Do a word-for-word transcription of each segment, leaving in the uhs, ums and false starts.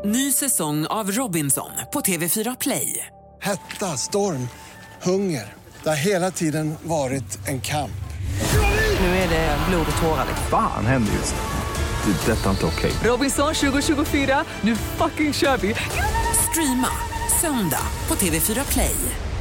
Ny säsong av Robinson på T V fyra Play. Hetta, storm, hunger. Det har hela tiden varit en kamp. Nu är det blod och tårar. Fan händer just det. Det är detta inte okej. Robinson tjugo tjugofyra, nu fucking kör vi. Streama söndag på T V fyra Play.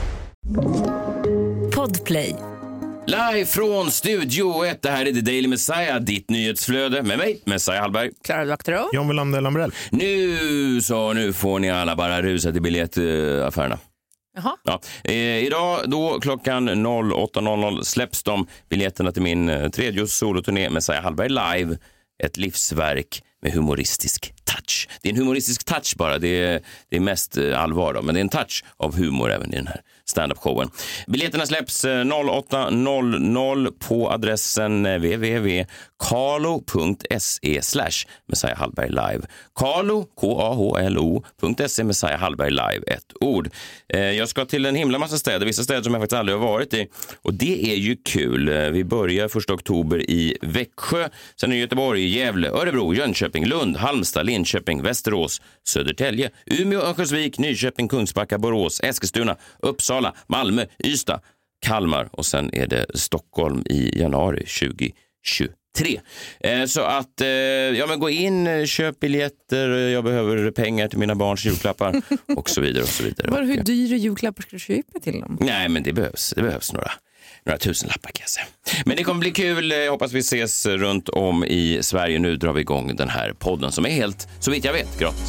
Podplay. Live från Studio ett, det här är The Daily Messiah, ditt nyhetsflöde med mig, Messiah Hallberg. Klara Doktorow. John Wilander Lambrell. Nu så, nu får ni alla bara rusa till biljettaffärerna. Jaha. Ja. Eh, idag då klockan åtta noll noll släpps de biljetterna till min eh, tredje soloturné Messiah Hallberg live. Ett livsverk med humoristisk touch. Det är en humoristisk touch bara, det är, det är mest eh, allvar då, men det är en touch av humor även i den här stand-up-showen. Biljetterna släpps åtta noll noll på adressen w w w punkt kalo punkt se slash Messiah Hallberg live. Kalo, K A H L O, .se Messiah Hallberg live, ett ord. Eh, jag ska till en himla massa städer, vissa städer som jag faktiskt aldrig har varit i. Och det är ju kul. Eh, vi börjar första oktober i Växjö, sen i Göteborg, Gävle, Örebro, Jönköping, Lund, Halmstad, Linköping, Västerås, Södertälje, Umeå, Örnsköldsvik, Nyköping, Kungsbacka, Borås, Eskilstuna, Uppsala, Malmö, Ystad, Kalmar och sen är det Stockholm i januari tjugo tjugotre. Eh, så att eh, ja, men gå in, köp biljetter, jag behöver pengar till mina barns julklappar och så vidare och så vidare. Var, hur dyra julklappar ska du köpa till dem? Nej, men det behövs, det behövs några några tusenlappar kan jag säga. Men det kommer bli kul, jag hoppas vi ses runt om i Sverige. Nu drar vi igång den här podden som är helt, så vitt jag vet, gratis.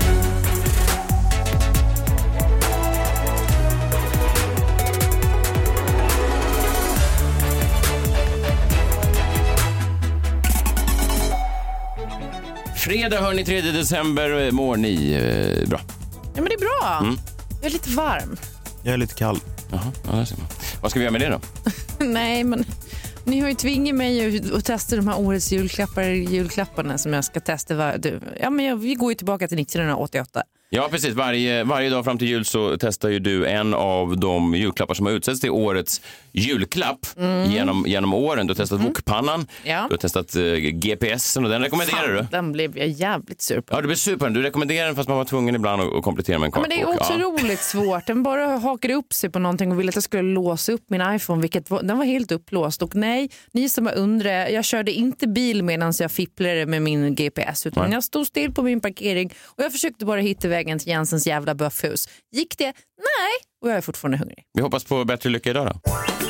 Fredag hörni, tredje december, mår ni eh, bra? Ja, men det är bra. Mm. Jag är lite varm. Jag är lite kall. Jaha, ja, det ser man. Vad ska vi göra med det då? Nej, men ni har ju tvingat mig att testa de här årets julklappar, julklapparna som jag ska testa. Var, du, ja, men jag, vi går ju tillbaka till nittonhundraåttioåtta. Ja, precis. Varje, varje dag fram till jul så testar ju du en av de julklappar som har utsetts till årets julklapp mm. genom, genom åren. Du har testat mm. wokpannan, ja. Du har testat uh, G P S-en och den rekommenderar Fan, du. Den blev jag jävligt sur på. Ja, du blev sur på den. Du rekommenderar den fast man var tvungen ibland att, att komplettera med en kartbok. Ja, men det är otroligt ja. svårt. Den bara hakade upp sig på någonting och ville att jag skulle låsa upp min iPhone, vilket var, den var helt upplåst. Och nej, ni som undrar, jag körde inte bil medan jag fipplade med min G P S, utan nej. jag stod still på min parkering och jag försökte bara hitta vägen till Jensens jävla böffhus. Gick det? Nej. Och jag är fortfarande hungrig. Vi hoppas på bättre lycka idag då.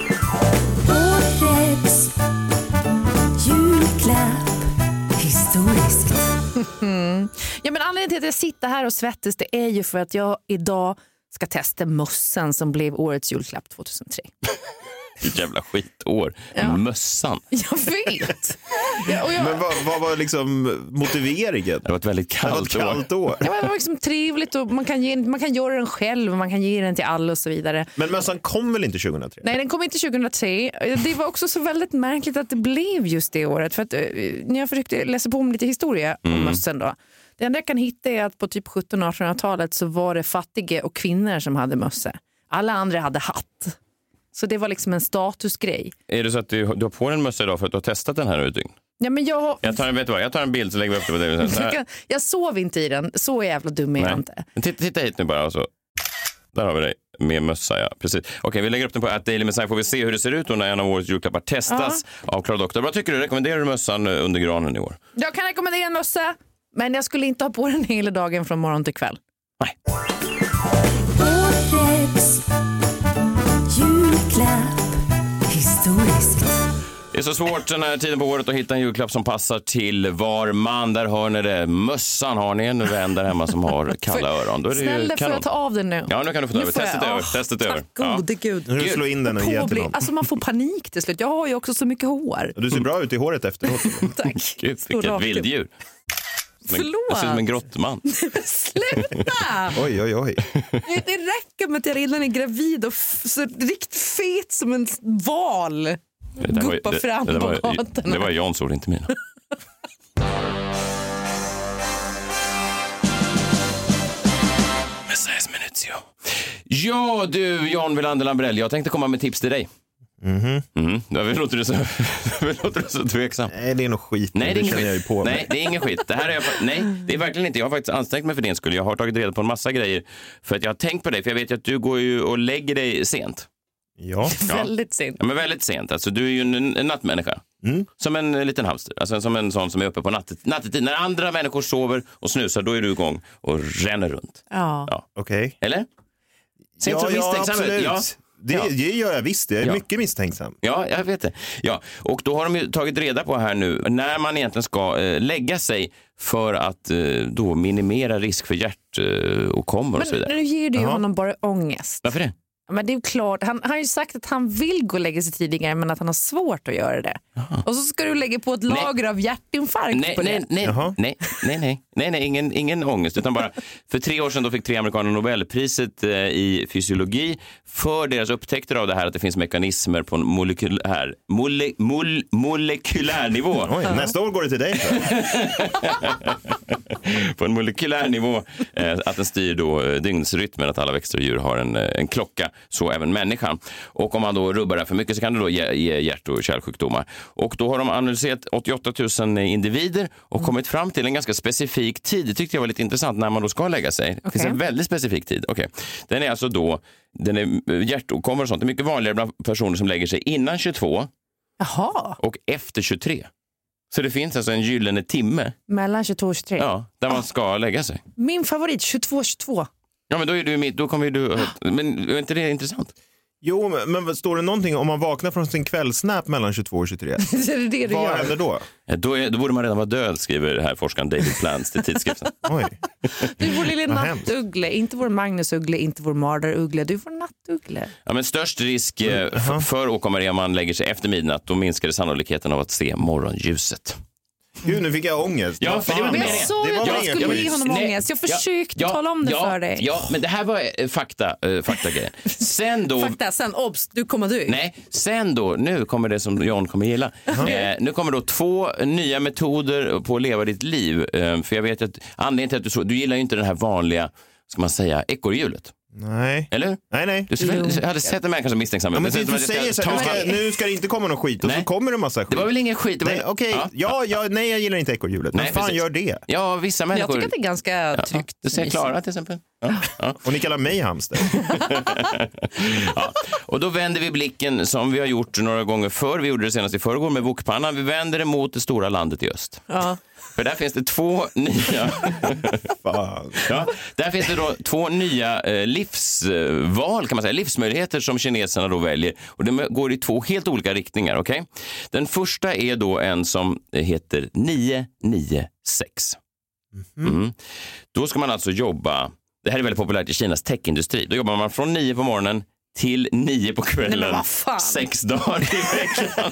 Årets julklapp historiskt. Mm. Ja, men anledningen till att jag sitter här och svettas, det är ju för att jag idag ska testa mössan som blev årets julklapp tjugohundratre. Ett jävla skitår. Ja. Mössan. Jag vet. Ja, jag... Men vad, vad var liksom motiveringen? Det var ett väldigt kallt, det var ett kallt år. år. Ja, det var liksom trevligt och man kan, ge, man kan göra den själv, man kan ge den till alla och så vidare. Men mössan kom väl inte tjugohundratre? Nej, den kom inte tjugohundratre. Det var också så väldigt märkligt att det blev just det året. För att när jag försökte läsa på om lite historia om mm. mössan då. Det enda jag kan hitta är att på typ sjuttonhundra- och artonhundratalet så var det fattiga och kvinnor som hade mössa. Alla andra hade hatt. Så det var liksom en statusgrej. Är det så att du, du har på en mössa idag för att du har testat den här utdygn? Ja, men jag, har... jag, tar en, vet du vad, jag tar en bild så lägger vi upp det på det. Så jag, jag sov inte i den. Så jävla dum är jag inte. Men titta, titta hit nu bara. Så. Där har vi dig med mössa, ja. Precis. Okej, vi lägger upp den på att Daily Messiah. Får vi se hur det ser ut när en av årets julklappar testas ja. av Klara Doktor. Vad tycker du? Rekommenderar du mössan under granen i år? Jag kan rekommendera en mössa. Men jag skulle inte ha på den hela dagen från morgon till kväll. Nej. Årets julklapp historiskt. Det är så svårt den här tiden på året att hitta en julklapp som passar till var man. Där hör ni det. Mössan, har ni en vän där hemma som har kalla öron. Då är det snälla, får jag ta av den nu? Ja, nu kan du få ta över. Testet över. Oh, Testet över. Gode ja. Gud. Nu slå in den och ge till någon. Alltså man får panik till slut. Jag har ju också så mycket hår. Du ser bra ut i håret efteråt. Tack. Gud, vilket vilddjur. Förlåt. Jag ser som en grottman. Sluta! Oj, oj, oj. Det räcker med att jag redan är gravid och f- så riktigt fet som en val. Guppa det, fram det, det, på var, gatorna. det var Jans ord, inte mina. Messiahs Minutio. Ja, du, John Wilander Lambrell. Jag tänkte komma med tips till dig. Mhm. Mm. Varför låter du så, låter du så tveksam? Nej, det är nog skit. Nej, det är ingen känner jag ju skit. på mig. Nej, det är ingen skit. Det här är jag, nej, det är verkligen inte. Jag har faktiskt ansträngt mig för din skull. Jag har tagit reda på en massa grejer för att jag har tänkt på dig. För jag vet ju att du går ju och lägger dig sent. Ja. Väldigt sent. Ja, men väldigt sent. Alltså, du är ju en, en nattmänniska. Mm. Som en eh, liten hamster. Alltså som en sån som är uppe på nattet, nattetid. När andra människor sover och snusar, då är du igång och ränner runt. Ja. Ja. Okej. Eller? Ser Ja, inte så ja, misstänksam ut. absolut. Ja. Det, Ja. det gör jag visst. Jag är Ja. mycket misstänksam. Ja, jag vet det. Ja, och då har de ju tagit reda på här nu när man egentligen ska eh, lägga sig för att eh, då minimera risk för hjärtåkommor och så Men vidare. nu ger du ju Jaha. honom bara ångest. Varför det? Men det är ju klart, han, han har ju sagt att han vill gå och lägga sig tidigare men att han har svårt att göra det. Och så ska du lägga på ett Nej. lager av hjärtinfarkt Nej, på nej, det. nej, Jaha. nej, nej, nej, nej, nej, ingen, ingen ångest, utan bara för tre år sedan då fick tre amerikaner Nobelpriset eh, i fysiologi för deras upptäckter av det här att det finns mekanismer på en molekylär, mole, mol, molekylär nivå. Oj, nästa år går det till dig. För. På en molekylär nivå eh, att den styr då eh, dygnsrytmen, att alla växter och djur har en, eh, en klocka, så även människan. Och om man då rubbar det för mycket så kan det då ge, ge hjärt- och kärlsjukdomar. Och då har de analyserat åttioåtta tusen individer och Mm. kommit fram till en ganska specifik tid. Det tyckte jag var lite intressant när man då ska lägga sig. Det finns Okej. en väldigt specifik tid. Okay. Den är alltså då, den är hjärtåkommor och sånt. Det är mycket vanligare bland personer som lägger sig innan tjugotvå Jaha, och efter tjugotre. Så det finns alltså en gyllene timme, mellan tjugotvå och tjugotre. ja, där man ska lägga sig. Min favorit, tjugotvå tjugotvå. Ja, men då är du mitt, då kommer ju du, men är inte det intressant? Jo, men, men står det någonting om man vaknar från sin kvällsnap mellan tjugotvå och tjugotre? Så är det det du Vad gör. händer då? Ja, då, är, då borde man redan vara död, skriver här forskaren David Plants till tidskriften. Oj. Du är vår lilla Vad hemskt. nattuggle, inte vår Magnusuggle, inte vår mardaruggle. Du är vår nattuggle. Ja, men störst risk eh, f- för åkommor är om man lägger sig efter midnatt, då minskar det sannolikheten av att se morgonljuset. Gud, nu fick jag ångest. Ja, för det var Men jag meningen. sa ju Det att var jag ingen skulle skit. ge honom Nej, ångest. Jag ja, försökte ja, tala om det ja, för dig. Ja, men det här var eh, fakta, eh, faktagrejen. Sen då... Fakta, sen obs, du kommer dö. Nej, sen då, nu kommer det som John kommer gilla. Eh, nu kommer då två nya metoder på att leva ditt liv. Eh, för jag vet att anledningen till att du så, du gillar ju inte den här vanliga, ska man säga, ekorrhjulet. Nej. Eller? Nej, nej. Du, ser- jag hade sett en människa som misstänksam. Ja, men Det du, ser ut som du att jag säger så ska här, nu ta- ska, nu ska det inte komma någon skit och Nej. så kommer det en massa skit. Det var väl ingen skit? Det var... Nej, okej. Ja. Ja, ja, nej, jag gillar inte ekorrhjulet. Men Nej, fan precis. gör det? Ja, vissa Jag människor... tycker att det är ganska tryggt. Du ser Klara till exempel. Ja, ja. Och ni kallar mig hamster. Ja. Och då vänder vi blicken som vi har gjort några gånger förr. Vi gjorde det senast i förrgår med wokpannan. Vi vänder det mot det stora landet i öst. Ja. För där finns det två nya... Fan. Ja, där finns det då två nya eh, livsval, kan man säga, livsmöjligheter som kineserna då väljer. Och det går i två helt olika riktningar, okej? Okay? Den första är då en som heter nio nio sex. Mm. Då ska man alltså jobba, det här är väldigt populärt i Kinas techindustri. Då jobbar man från nio på morgonen till nio på Nej, kvällen. men vad fan? Sex dagar i veckan.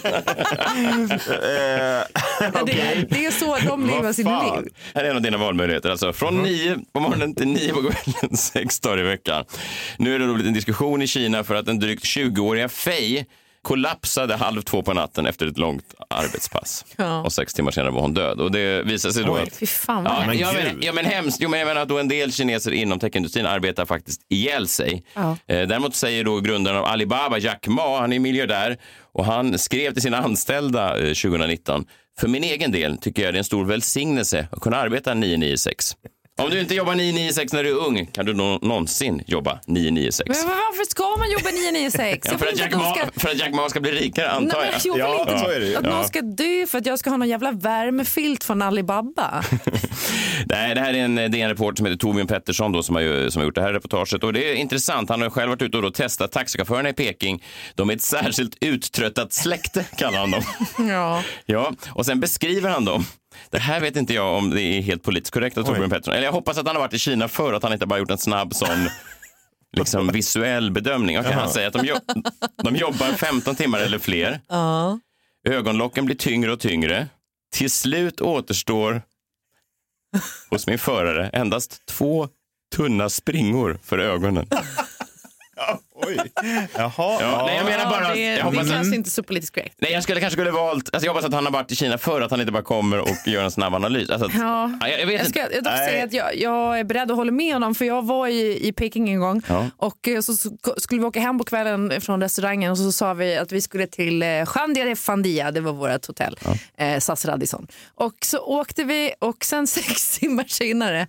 Ja, det, är, det är så de lever Vad sina fan? liv. Här är en av dina valmöjligheter. Alltså från Mm. nio på morgonen till nio på kvällen, sex dagar i veckan. Nu är det roligt en diskussion i Kina för att den drygt tjugoåriga Fei kollapsade halv två på natten efter ett långt arbetspass. Ja. Och sex timmar senare var hon död. Och det visar sig då Oj. att... Fy fan vad Ja, Men jag gud. men, ja men hemskt. Jo, men jag menar att då en del kineser inom techindustrin arbetar faktiskt ihjäl sig. Ja. Eh, däremot säger då grundaren av Alibaba, Jack Ma, han är miljardär och han skrev till sina anställda eh, tjugonitton: för min egen del tycker jag det är en stor välsignelse att kunna arbeta nio nio sex. Om du inte jobbar nio nio sex när du är ung, kan du nå- någonsin jobba nio nio sex? Men varför ska man jobba nio nio sex? Ja, för, att Jack Ma, för att Jack Ma ska bli rikare, antar Nej, jag. men jag vill Ja, inte så är det ju. att Ja. någon ska dö för att jag ska ha någon jävla värmefilt från Alibaba. Nej, det här är en D N-reporter som heter Torbjörn Pettersson då, som, har, ju- som har gjort det här reportaget. Och det är intressant. Han har själv varit ute och då testat taxichaufförerna i Peking. De är ett särskilt uttröttat släkte, kallar han dem. Ja. Ja, och sen beskriver han dem. Det här vet inte jag om det är helt politiskt korrekt av Torbjörn Pettersson. Eller jag hoppas att han har varit i Kina förr, att han inte bara gjort en snabb sån liksom visuell bedömning. Okay, han säger att de, jo- de jobbar femton timmar eller fler. Ja. Ögonlocken blir tyngre och tyngre. Till slut återstår hos min förare endast två tunna springor för ögonen. Oj. Jaha. Ja, nej, jag menar bara... Ja, det, jag det hoppas, känns inte så politiskt korrekt. nej, jag skulle kanske skulle valt... Alltså jag hoppas att han har varit i Kina för att han inte bara kommer och gör en snabb analys. Alltså att, Ja. ja, jag, jag vet Jag ska inte. jag dock Nej. säga att jag, jag är beredd att hålla med honom, för jag var i, i Peking en gång Ja. och eh, så, så skulle vi åka hem på kvällen från restaurangen och så sa vi att vi skulle till eh, Chandia de Fandia, det var vårt hotell, ja. eh, S A S Radisson. Och så åkte vi och sen sex timmar senare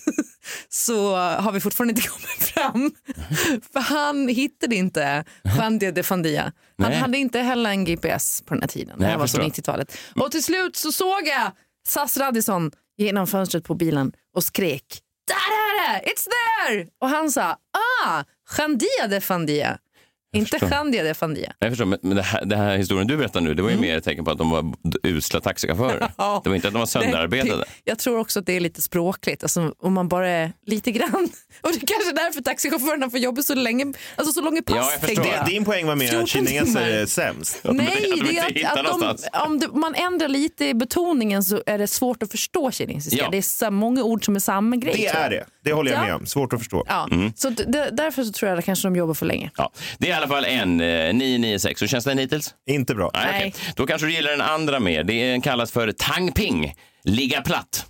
så har vi fortfarande inte kommit fram. För han hittade inte Chandia de Fandia. Han Nej. hade inte heller en G P S på den här tiden. Nej, det här jag var på förstår. nittiotalet. Och till slut så såg jag S A S Radisson genom fönstret på bilen och skrek: där är det! It's there! Och han sa: ah, Chandia de Fandia. Inte Chandia de Fandia. Jag förstår, men men det här, det här historien du berättar nu, det var ju mer ett tecken på att de var d- usla taxichaufförer. Ja. Det var inte att de var sönderarbetade. Det- Jag tror också att det är lite språkligt. Alltså, om man bara är lite grann. Och det kanske är därför taxichaufförerna får jobba så länge. Alltså så långa pass. Ja, jag tänkte förstår. jag. Din poäng var mer att fjorton kineser timmar. är sämst. Nej, de det inte är hittar att, att de, någonstans. om det, man ändrar lite i betoningen så är det svårt att förstå kinesiska. Ja. Det är så många ord som är samma grej. Det tror jag. är det. Det håller jag Ja. med om. Svårt att förstå. Ja, så d- d- därför så tror jag att kanske de jobbar för länge. Ja, det är i alla fall en eh, nio nio sex. Hur känns den hittills? Inte bra. Nej, Nej. okej. Då kanske du gillar den andra mer. Det kallas för tangping, ligga platt.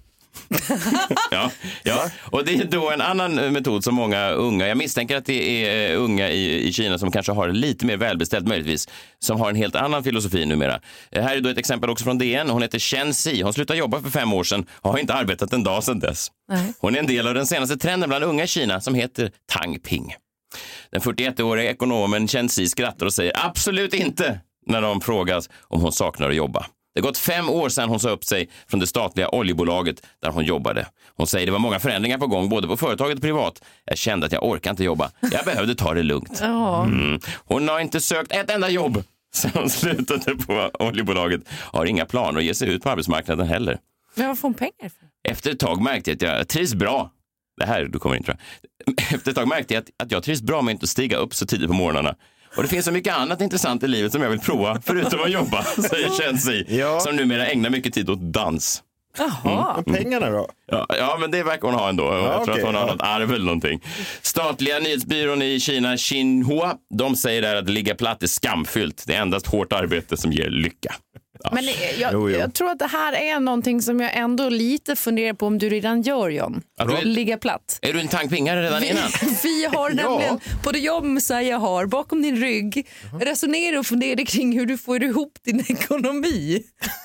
ja, ja, och det är då en annan metod som många unga, jag misstänker att det är unga i, i Kina som kanske har lite mer välbeställt möjligtvis, som har en helt annan filosofi numera. Här är då ett exempel också från D N. Hon heter Chen Si. Hon slutade jobba för fem år sedan och har inte arbetat en dag sedan dess. Nej. Hon är en del av den senaste trenden bland unga i Kina som heter tangping. Den fyrtioettåriga ekonomen Chen Si skrattar och säger absolut inte när de frågas om hon saknar att jobba. Det har gått fem år sedan hon sa upp sig från det statliga oljebolaget där hon jobbade. Hon säger det var många förändringar på gång, både på företaget och privat. Jag kände att jag orkar inte jobba. Jag behövde ta det lugnt. Ja. Mm. Hon har inte sökt ett enda jobb sedan hon slutade på oljebolaget. Har inga planer att ge sig ut på arbetsmarknaden heller. Men vad får hon pengar för? Efter ett tag märkte jag att jag trivs bra. Det här, du kommer in tror jag. Efter ett tag märkte jag att, att jag trivs bra med att inte stiga upp så tidigt på morgnarna. Och det finns så mycket annat intressant i livet som jag vill prova, förutom att jobba, säger Chen Si, Ja. som numera ägnar mycket tid åt dans. Jaha. Men pengarna då? Ja, ja, men det verkar hon ha ändå. Jag tror okej, att hon har ja. något arv eller någonting. Statliga nyhetsbyrån i Kina, Xinhua, de säger där att ligga platt är skamfyllt. Det är endast hårt arbete som ger lycka. Men jag, Jo, jo. jag tror att det här är någonting som jag ändå lite funderar på om du redan gör, John. Ja, du är- Ligga platt. Är du en tankpingare redan Vi, innan? vi har nämligen på det jobb Messiah har bakom din rygg resonera och fundera kring hur du får ihop din ekonomi.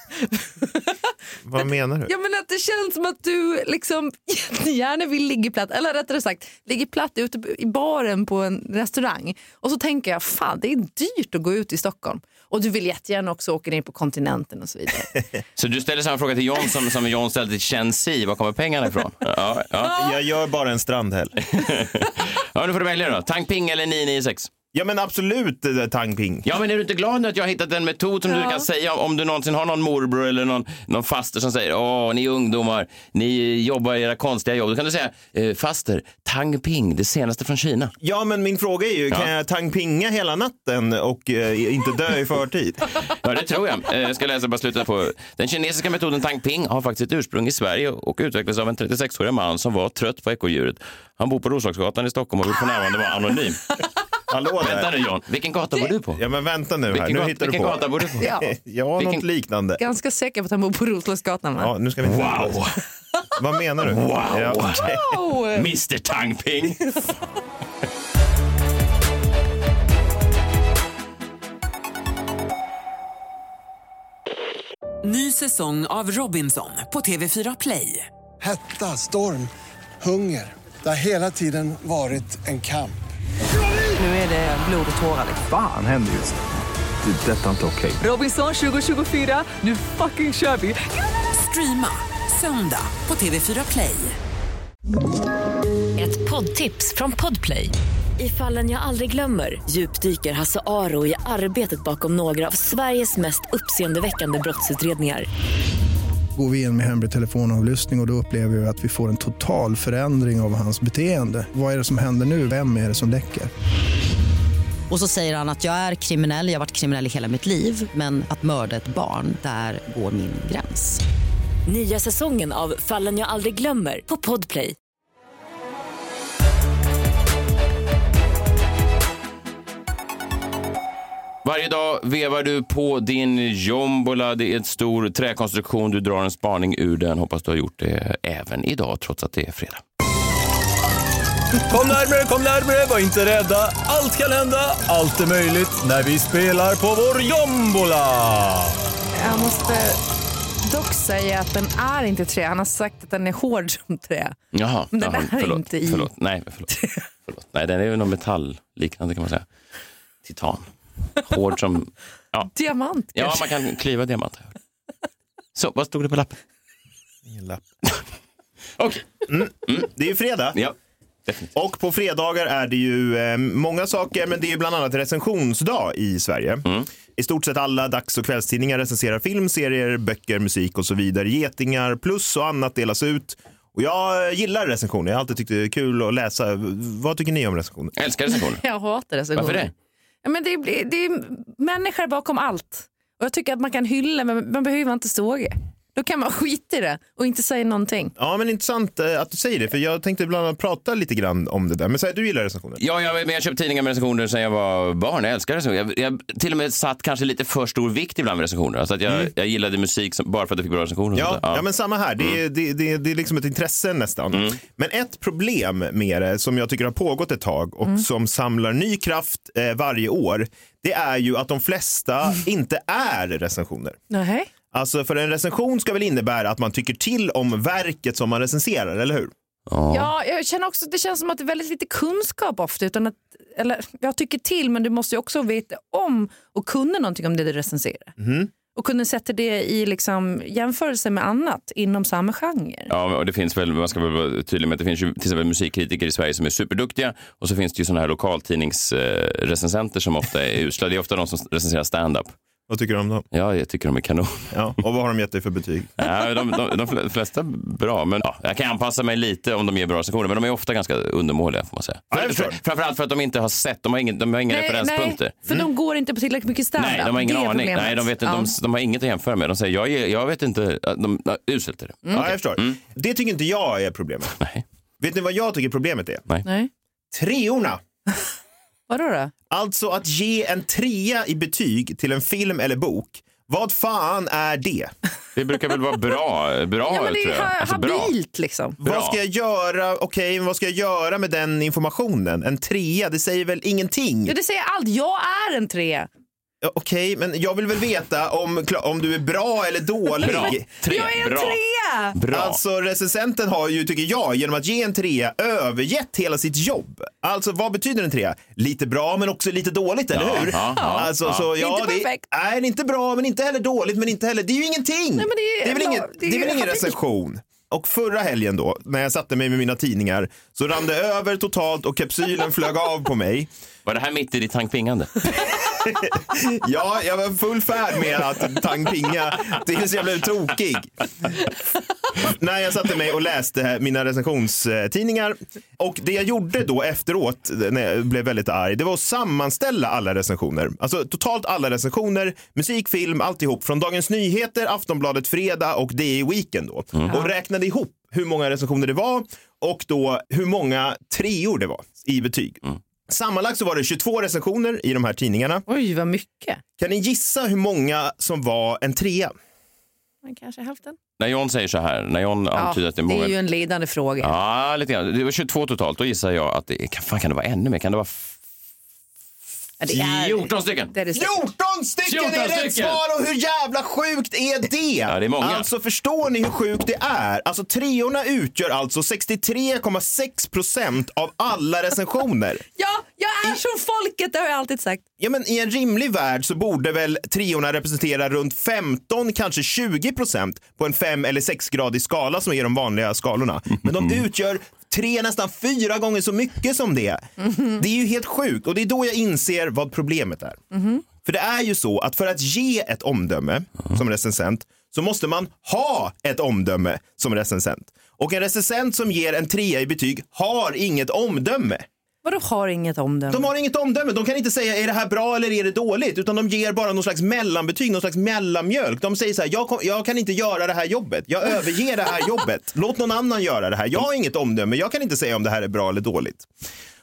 Vad menar du? Ja, men att det känns som att du liksom gärna vill ligga platt, eller rättare sagt ligga platt ute i baren på en restaurang. Och så tänker jag, fan, det är dyrt att gå ut i Stockholm. Och du vill jättegärna också åka ner på kontinenten och så vidare. Så du ställer samma fråga till John som, som John ställde till Chen Si. Var kommer pengarna ifrån? Ja, ja. Jag gör bara en strandhäll. ja, nu får du välja då. Tankping eller nio nio sex? Ja, men absolut eh, tangping. Ja, men är du inte glad nu att jag har hittat en metod som Ja. du kan säga om du någonsin har någon morbror eller någon, någon faster som säger åh, ni ungdomar, ni jobbar i era konstiga jobb. Då kan du säga, eh, faster, tangping, det senaste från Kina. Ja, men min fråga är ju, kan jag tangpinga hela natten och eh, inte dö i förtid? Ja, det tror jag. Eh, Jag ska läsa bara slutet på. Den kinesiska metoden tangping har faktiskt ett ursprung i Sverige och utvecklades av en trettiosexårig man som var trött på ekodjuret. Han bor på Roslagsgatan i Stockholm och vill för närvarande vara anonym. Hallå där. Vänta nu John, vilken gata bor du på? Ja, men vänta nu här. Vilken, Nu gata, hittar du vilken på. gata bor du på? Ja, Ja, Vilken- något liknande. ganska säker på att han bor på Roslagsgatan. Va? Ja, nu ska vi Wow! Vad menar du? Wow. Ja, okej. Oh. mister Tangping. Ny säsong av Robinson på T V fyra Play. Hetta, storm, hunger. Det har hela tiden varit en kamp. Nu är det blod och tårar. Fan händer just det. Det är detta inte okej. Robinson tjugo tjugofyra, nu fucking kör vi. Streama söndag på T V fyra Play. Ett poddtips från Podplay. I Fallen jag aldrig glömmer djupdyker Hasse Aro i arbetet bakom några av Sveriges mest uppseendeväckande brottsutredningar. Går vi in med hemlig telefonavlyssning och, och då upplever vi att vi får en total förändring av hans beteende. Vad är det som händer nu? Vem är det som läcker? Och så säger han att jag är kriminell, jag har varit kriminell i hela mitt liv. Men att mörda ett barn, där går min gräns. Nya säsongen av Fallen jag aldrig glömmer på Podplay. Varje dag vevar du på din jombola. Det är en stor träkonstruktion. Du drar en spaning ur den. Hoppas du har gjort det även idag, trots att det är fredag. Kom närmare, kom närmare, var inte rädda. Allt kan hända, allt är möjligt när vi spelar på vår jombola. Jag måste dock säga att den är inte trä. Han har sagt att den är hård som trä. Jaha, men den jaha, är förlåt, inte i. Förlåt, nej, förlåt, förlåt. Nej, den är ju någon metallliknande kan man säga. Titan. Hård som... Ja. Diamant. Ja, man kan klyva diamant. Så, vad stod det på lappen? Ingen lapp. Okej. Mm. Mm. Det är ju fredag. Ja. Och på fredagar är det ju eh, många saker, men det är ju bland annat recensionsdag i Sverige. Mm. I stort sett alla dags- och kvällstidningar recenserar film, serier, böcker, musik och så vidare. Getingar, plus och annat delas ut. Och jag gillar recensioner. Jag har alltid tyckt det är kul att läsa. Vad tycker ni om recensioner? Jag älskar recensioner. Jag hatar recensioner. Varför det? Ja, men det, är, det är människor bakom allt. Och jag tycker att man kan hylla, men man behöver inte såga. Då kan man skita i det och inte säga någonting. Ja, men intressant att du säger det. För jag tänkte ibland att prata lite grann om det där. Men säg, du gillar recensioner. Ja, jag, men jag köpte tidningar med recensioner sedan jag var barn. Jag älskar recensioner. Jag, jag till och med satt kanske lite för stor vikt ibland med recensioner. Alltså att jag, mm. jag gillade musik som, bara för att jag fick bra recensioner. Ja, ja. ja, men samma här. Det är, mm. det, det, det är liksom ett intresse nästan. Mm. Men ett problem med det som jag tycker har pågått ett tag och mm. som samlar ny kraft eh, varje år, det är ju att de flesta mm. inte är recensioner. Nej. Alltså för en recension ska väl innebära att man tycker till om verket som man recenserar, eller hur? Ja, ja jag känner också det känns som att det är väldigt lite kunskap ofta, utan att, eller jag tycker till, men du måste ju också veta om och kunna någonting om det du recenserar. Mm. Och kunna sätta det i liksom jämförelse med annat inom samma genre. Ja, och det finns väl, man ska väl vara tydlig med att det finns ju till exempel musikkritiker i Sverige som är superduktiga, och så finns det ju sådana här lokaltidningsrecensenter som ofta är usla. Det är ofta de som recenserar stand-up. Vad tycker du om dem? Ja, jag tycker de är kanon. Ja, och vad har de gett dig för betyg? Ja, de, de, de flesta bra, men ja, jag kan anpassa mig lite om de ger bra recensioner, men de är ofta ganska undermåliga får man säga. Ja, för, framförallt för att de inte har sett, de har, ingen, de har inga nej, referenspunkter. Nej, för mm. de går inte på tillräckligt mycket standard. Nej, de har ingen aning. Nej, de, vet, ja. de, de har inget att jämföra med. De säger, jag, jag vet inte, de, de uselt är det. Mm. Ja, jag förstår. Mm. Det tycker inte jag är problemet. Nej. Vet ni vad jag tycker problemet är? Nej. Nej. Treorna. Vadå då? Alltså att ge en trea i betyg till en film eller bok. Vad fan är det? Det brukar väl vara bra, bra ja, men det är tror jag. Alltså, habilt bra. Liksom. Bra. Vad ska jag göra? Okej, okay, vad ska jag göra med den informationen? En trea, det säger väl ingenting? Ja, det säger allt. Jag är en trea. Ja, okej, okay, men jag vill väl veta om, om du är bra eller dålig. Bra. Tre. Jag är en bra. trea! Bra. Alltså recensenten har ju, tycker jag, genom att ge en trea övergett hela sitt jobb. Alltså vad betyder en trea? Lite bra men också lite dåligt, eller hur? Ja, ja, alltså, ja. Så, ja, inte det perfekt. är inte bra men inte heller dåligt, men inte heller, det är ju ingenting. Nej, men det, är, det är väl, no, ingen, det är det är väl ingen recension. Och förra helgen då, när jag satte mig med mina tidningar, så rann det över totalt och kapsylen flög av på mig. Var det här mitt i ditt tankpingande? Ja, jag var full färd med att tankpinga tills jag blev tokig. När jag satte mig och läste mina recensionstidningar. Och det jag gjorde då efteråt, när jag blev väldigt arg, det var att sammanställa alla recensioner. Alltså totalt alla recensioner, musik, film, alltihop. Från Dagens Nyheter, Aftonbladet Fredag och D I Weekend då. Mm. Och räknade ihop hur många recensioner det var och då hur många treor det var i betyg. Mm. Sammanlagt så var det tjugotvå recensioner i de här tidningarna. Oj, vad mycket. Kan ni gissa hur många som var en trea? Men kanske hälften. När John säger så här, när John ja, antyder att det är många... det är ju en ledande fråga. Ja, lite grann. Det var tjugotvå totalt. Då gissar jag att det kan, fan, kan det vara ännu mer? Kan det vara f- ja, det är... fjorton stycken? Det är det fjorton stycken fjorton är rätt stycken. svar, och hur jävla sjukt är det? Ja, det är många. Alltså förstår ni hur sjukt det är? Alltså treorna utgör alltså sextiotre komma sex procent av alla recensioner. Ja, jag är I... som folket, det har jag alltid sagt. Ja, men i en rimlig värld så borde väl treorna representera runt femton, kanske tjugo procent på en fem- eller sexgradig skala som är de vanliga skalorna. Men de utgör tre, nästan fyra gånger så mycket som det. Mm-hmm. Det är ju helt sjukt, och det är då jag inser vad problemet är. Mm-hmm. För det är ju så att för att ge ett omdöme mm. som recensent så måste man ha ett omdöme som recensent. Och en recensent som ger en trea i betyg har inget omdöme. Vadå har inget omdöme? De har inget omdöme. De kan inte säga är det här bra eller är det dåligt, utan de ger bara någon slags mellanbetyg, någon slags mellanmjölk. De säger så här, jag, kom, jag kan inte göra det här jobbet. Jag överger det här jobbet. Låt någon annan göra det här. Jag har inget omdöme. Jag kan inte säga om det här är bra eller dåligt.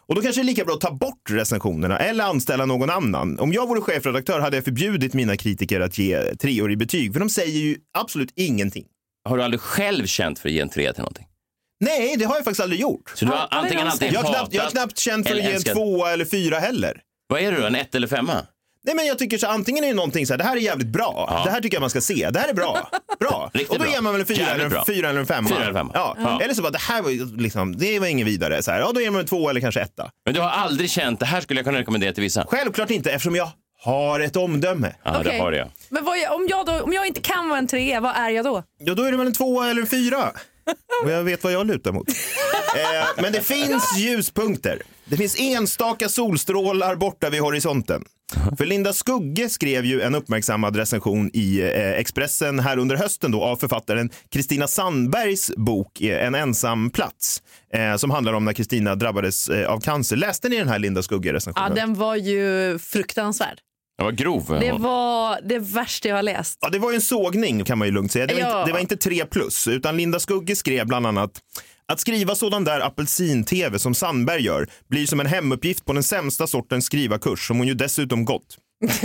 Och då kanske det är lika bra att ta bort recensionerna eller anställa någon annan. Om jag vore chefredaktör hade jag förbjudit mina kritiker att ge treor i betyg. För de säger ju absolut ingenting. Har du aldrig själv känt för att ge en tre till någonting? Nej, det har jag faktiskt aldrig gjort. Så du har Ja, antingen jag alltid Jag har hatat knappt, jag har knappt känt för att eller ge en älskat. tvåa eller fyra heller. Vad är du då, en ett eller femma? Nej, men jag tycker så antingen är det någonting så här, det här är jävligt bra. Ja. Det här tycker jag man ska se. Det här är bra. Bra. Riktigt Och då bra. ger man väl en fyra Jävligt eller bra. en, fyra eller en femma. Fyra eller femma. Ja. Ja. Eller så bara, det här var ju liksom, det var ingen vidare. Så här, ja, då ger man en två eller kanske etta. Men du har aldrig känt, det här skulle jag kunna rekommendera till vissa? Självklart inte, eftersom jag har ett omdöme. Ja, Okej. det har jag. Men vad, jag- om, jag då, om jag inte kan vara en trea, vad är jag då? Ja, då är det väl en tvåa eller en fyra. Och jag vet vad jag lutar mot. Eh, men det finns ljuspunkter. Det finns enstaka solstrålar borta vid horisonten. För Linda Skugge skrev ju en uppmärksammad recension i eh, Expressen här under hösten då av författaren Kristina Sandbergs bok eh, En ensam plats. Eh, som handlar om när Kristina drabbades eh, av cancer. Läste ni den här Linda Skugge-recensionen? Ja, den var ju fruktansvärd. Det var grov. Det var det värsta jag har läst. Ja, det var ju en sågning kan man ju lugnt säga. Det var, Ja. inte, det var inte tre plus, utan Linda Skugge skrev bland annat: att skriva sådan där apelsin-tv som Sandberg gör blir som en hemuppgift på den sämsta sortens skrivarkurs som hon ju dessutom gått.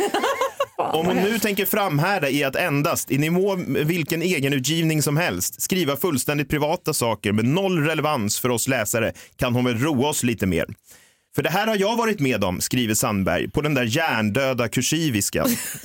Om hon nu tänker framhärda i att endast, i nivå med vilken egenutgivning som helst, skriva fullständigt privata saker med noll relevans för oss läsare, kan hon väl roa oss lite mer. För det här har jag varit med om, skriver Sandberg, på den där hjärndöda kursiviska.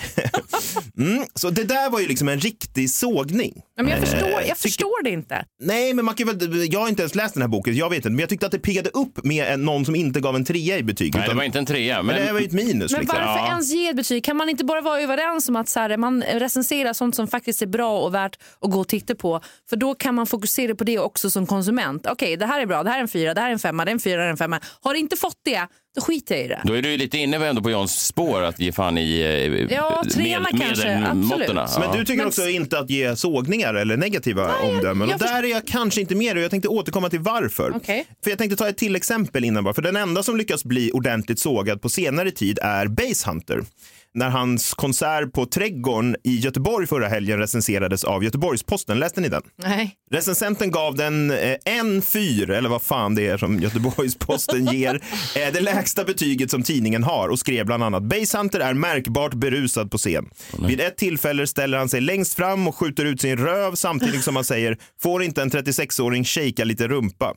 mm, så det där var ju liksom en riktig sågning. Men jag förstår, jag tycker- förstår det inte. Nej, men man kan väl, jag har inte ens läst den här boken, jag vet inte, men jag tyckte att det piggade upp med en, någon som inte gav en trea i betyg. Nej, det utan- var inte en trea. men Men, det var ju ett minus. Men liksom. varför Ja. ens ge ett betyg? Kan man inte bara vara överens om att så här, man recenserar sånt som faktiskt är bra och värt att gå och titta på? För då kan man fokusera på det också som konsument. Okej, det här är bra, det här är en fyra, det här är en femma, det är en fyra, det här är en femma. Har du inte fått det, då skiter jag i det. då är du ju lite inne ändå på Johns spår att ge fan i eh, Ja, treorna kanske, medelmåttorna. absolut. Men du tycker Men- också inte att ge sågningar eller negativa Nej, omdömen. jag Och där är jag kanske inte med och jag tänkte återkomma till varför. Okej. För jag tänkte ta ett till exempel innan bara. För den enda som lyckas bli ordentligt sågad på senare tid är Basshunter. När hans konsert på Trädgården i Göteborg förra helgen recenserades av Göteborgs-Posten. Läste ni den? Nej. Recensenten gav den eh, en fyr, eller vad fan det är som Göteborgs-Posten ger, eh, det lägsta betyget som tidningen har och skrev bland annat: Basshunter är märkbart berusad på scen. Vid ett tillfälle ställer han sig längst fram och skjuter ut sin röv samtidigt som han säger: får inte en trettiosexåring shejka lite rumpa?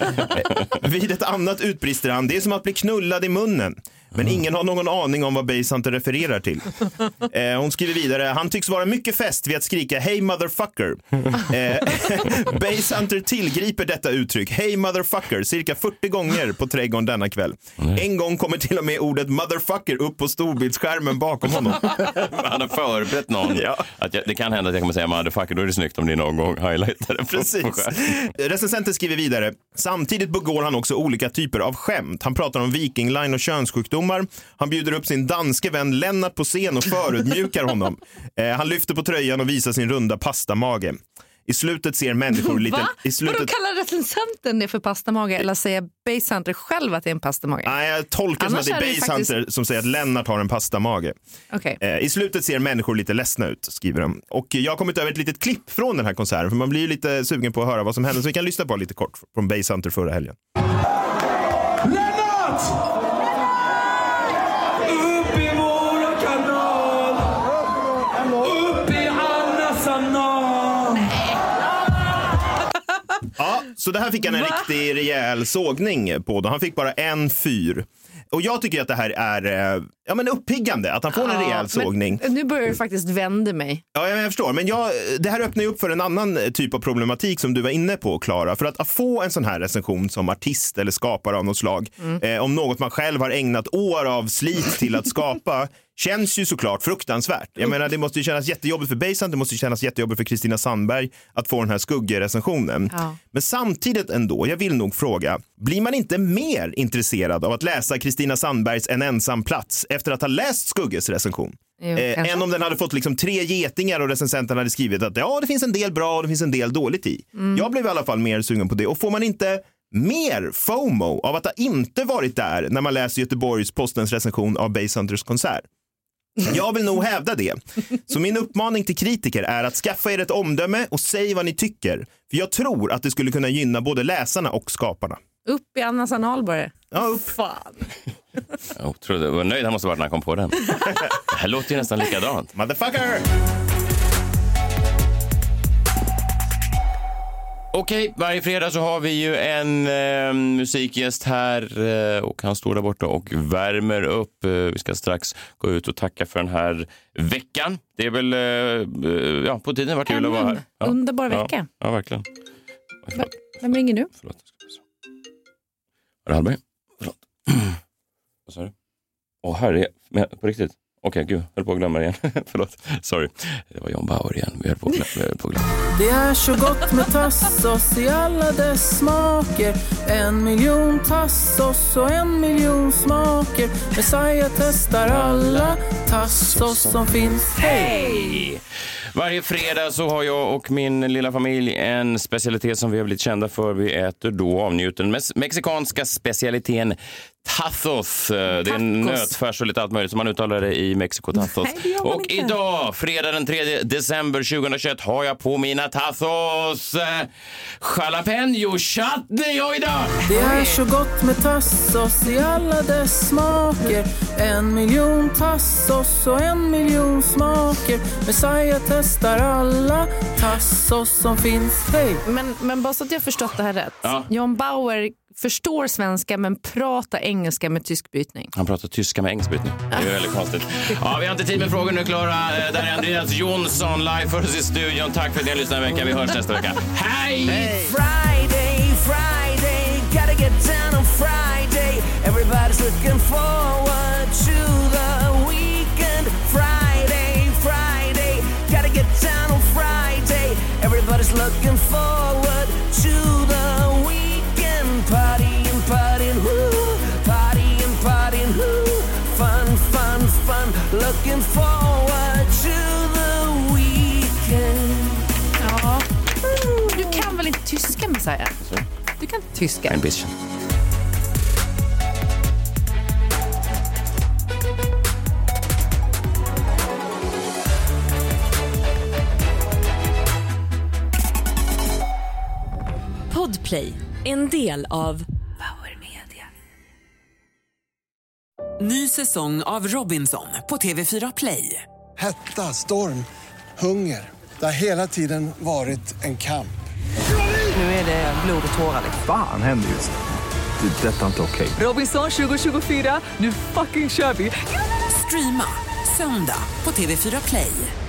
Vid ett annat utbrister han: det är som att bli knullad i munnen. Men ingen har någon aning om vad Basshunter refererar till. Eh, hon skriver vidare: han tycks vara mycket fäst vid att skrika hey motherfucker. Eh, Basshunter tillgriper detta uttryck, hey motherfucker, cirka fyrtio gånger på Trädgården denna kväll. En gång kommer till och med ordet motherfucker upp på storbildsskärmen bakom honom. Han har förberett någon. Ja. Att jag, det kan hända att jag kommer säga motherfucker, då är det snyggt om det någon gång highlightar det. Precis. Recensenten skriver vidare: samtidigt begår han också olika typer av skämt. Han pratar om Viking Line och könssjukdomar. Han bjuder upp sin danske vän Lennart på scen och förödmjukar honom. Eh, han lyfter på tröjan och visar sin runda pastamage. I slutet ser människor lite... Va? I slutet... Vadå, kallar recensenten det för pastamage eller säger Basshunter själv att det är en pastamage? Nej, jag tolkar som att Annars det är är det ju Basshunter faktiskt- som säger att Lennart har en pastamage. Okej. Eh, I slutet ser människor lite ledsna ut, skriver de. Och jag har kommit över ett litet klipp från den här konserten, för man blir ju lite sugen på att höra vad som hände. Så vi kan lyssna på lite kort från Basshunter förra helgen. Lennart! Upp i våra kanal! Upp i allas anal! Ja, så det här fick han en Va? riktig rejäl sågning på då. Han fick bara en fyr. Och jag tycker att det här är eh, ja, men uppiggande, att han får en Ja, rejäl sågning. Men nu börjar det faktiskt vända mig. Ja, jag förstår. Men jag, det här öppnar ju upp för en annan typ av problematik som du var inne på, Klara. För att få en sån här recension som artist eller skapare av något slag, Mm. eh, om något man själv har ägnat år av slit till att skapa, känns ju såklart fruktansvärt. Jag menar, det måste ju kännas jättejobbigt för Basshunter, det måste ju kännas jättejobbigt för Kristina Sandberg att få den här skuggerecensionen. Ja. Men samtidigt ändå, jag vill nog fråga, blir man inte mer intresserad av att läsa Kristina Sandbergs En ensam plats efter att ha läst Skugges recension? Jo, Eh, kanske. än om den hade fått liksom tre getingar och recensenten hade skrivit att ja, det finns en del bra och det finns en del dåligt i. Mm. Jag blev i alla fall mer sugen på det. Och får man inte mer FOMO av att ha inte varit där när man läser Göteborgs Postens recension av Basshunters konsert? Jag vill nog hävda det. Så min uppmaning till kritiker är att skaffa er ett omdöme och säg vad ni tycker. För jag tror att det skulle kunna gynna både läsarna och skaparna. Upp i Annas anal bara. Ja, upp. Fan. Jag trodde, jag var nöjd han måste vara när han kom på den. Det här låter ju nästan likadant. Motherfucker! Okej, varje fredag så har vi ju en eh, musikgäst här eh, och han står där borta och värmer upp. Eh, vi ska strax gå ut och tacka för den här veckan. Det är väl, eh, ja, på tiden vart kul att vara här. Ja. Underbar vecka. Ja, ja verkligen. V- Vem ringer nu? Förlåt. Var det Hallberg? Förlåt. Vad sa du? Åh, herre, men på riktigt? Okej, gud, jag höll på att glömma det igen. Förlåt, sorry. Det var John Bauer igen. Vi höll på att glömma, vi höll på att glömma. Det är så gott med tassos i alla dess smaker. En miljon tassos och en miljon smaker. Messiah testar alla tassos som finns. Hej! Varje fredag så har jag och min lilla familj en specialitet som vi har blivit kända för. Vi äter då avnjuten den mexikanska specialiteten tacos. Det är en nötfärs och lite allt möjligt som man uttalar det i Mexiko, tacos. Nej, och inte. Idag, fredag den tredje december tjugohundratjugoett, har jag på mina tacos jalapeno chutney och idag. Det är så gott med tassos i alla dess smaker. En miljon tassos och en miljon smaker. Messiah testar alla tassos som finns. Hej! Men, men bara så att jag förstått det här rätt. Ja. John Bauer förstår svenska men pratar engelska med tysk brytning. Han pratar tyska med engelskbrytning. Det är väldigt konstigt. Ja, vi har inte tid med frågor nu, Klara. Där är Andreas Jonsson live för oss i studion. Tack för att ni har lyssnat en vecka. Vi hörs nästa vecka. Hej! Hej! Friday, Friday, gotta get down on Friday. Everybody's looking forward to the weekend. Friday, Friday, gotta get down on Friday. Everybody's looking forward to the weekend. Partying, partying, woo, partying, partying, woo. Fun, fun, fun. Looking forward to the weekend. Ja. Du kan väl inte tyska, Messiah? Du kan inte tyska. En bisschen. Podplay, en del av Power Media. Ny säsong av Robinson på T V fyra Play. Hetta, storm, hunger. Det har hela tiden varit en kamp. Nu är det blod och tårar. Fan händer just det. Det är detta inte okej. Robinson tjugo tjugofyra, nu fucking kör vi. Streama söndag på T V fyra Play.